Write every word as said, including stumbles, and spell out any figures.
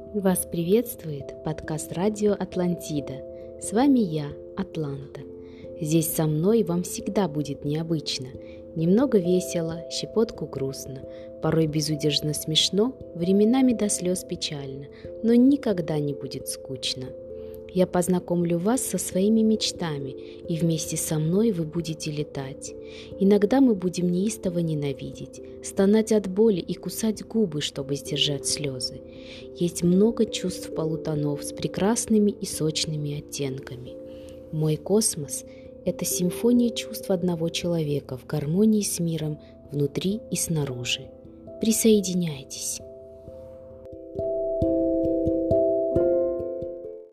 Вас приветствует подкаст «Радио Атлантида». С вами я, Атланта. Здесь со мной вам всегда будет необычно. Немного весело, щепотку грустно, порой безудержно смешно, временами до слез печально, но никогда не будет скучно. Я познакомлю вас со своими мечтами, и вместе со мной вы будете летать. Иногда мы будем неистово ненавидеть, стонать от боли и кусать губы, чтобы сдержать слезы. Есть много чувств полутонов с прекрасными и сочными оттенками. Мой космос – это симфония чувств одного человека в гармонии с миром внутри и снаружи. Присоединяйтесь.